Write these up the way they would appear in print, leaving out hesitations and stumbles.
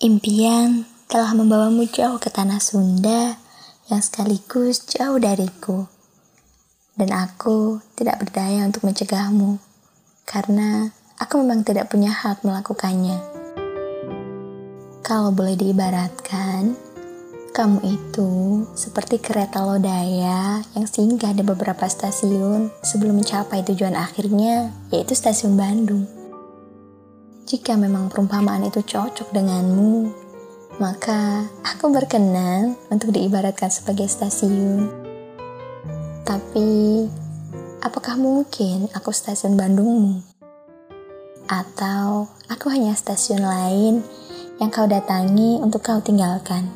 Impian telah membawamu jauh ke tanah Sunda yang sekaligus jauh dariku. Dan aku tidak berdaya untuk mencegahmu, karena aku memang tidak punya hak melakukannya. Kalau boleh diibaratkan, kamu itu seperti kereta lodaya yang singgah di beberapa stasiun sebelum mencapai tujuan akhirnya, yaitu stasiun Bandung. Jika memang perumpamaan itu cocok denganmu, maka aku berkenan untuk diibaratkan sebagai stasiun. Tapi, apakah mungkin aku stasiun Bandungmu? Atau aku hanya stasiun lain yang kau datangi untuk kau tinggalkan?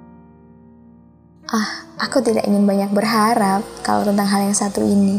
Aku tidak ingin banyak berharap kalau tentang hal yang satu ini.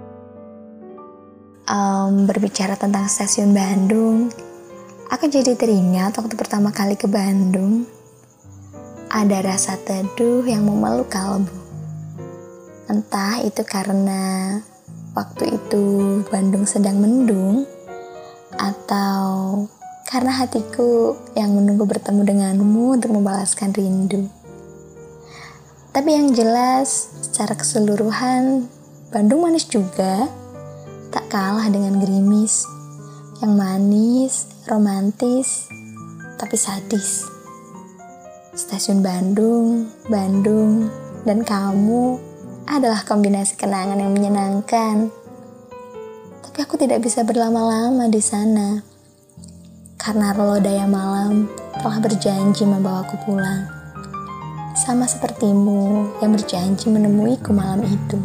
Berbicara tentang stasiun Bandung, aku jadi teringat waktu pertama kali ke Bandung. Ada rasa teduh yang memeluk kalbu. Entah itu karena waktu itu Bandung sedang mendung, atau karena hatiku yang menunggu bertemu denganmu untuk membalaskan rindu. Tapi yang jelas, secara keseluruhan, Bandung manis juga. Tak kalah dengan gerimis, yang manis, romantis, tapi sadis. Stasiun Bandung, dan kamu adalah kombinasi kenangan yang menyenangkan. Tapi aku tidak bisa berlama-lama di sana, karena lodaya malam telah berjanji membawaku pulang. Sama sepertimu yang berjanji menemuiku malam itu.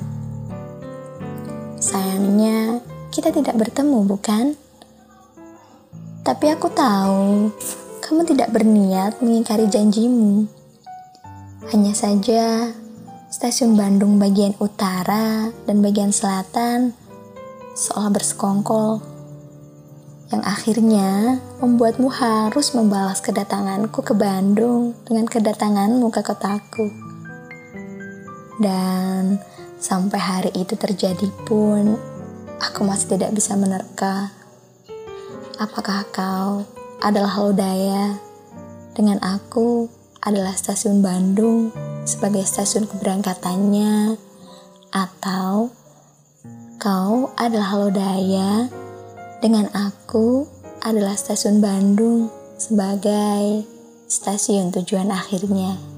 Sayangnya, kita tidak bertemu, bukan? Tapi aku tahu, kamu tidak berniat mengingkari janjimu. Hanya saja, stasiun Bandung bagian utara dan bagian selatan seolah bersekongkol, yang akhirnya membuatmu harus membalas kedatanganku ke Bandung dengan kedatanganmu ke kotaku. Dan sampai hari itu terjadi pun, aku masih tidak bisa menerka. Apakah kau adalah lodaya, dengan aku adalah stasiun Bandung sebagai stasiun keberangkatannya, atau kau adalah lodaya, dengan aku adalah stasiun Bandung sebagai stasiun tujuan akhirnya.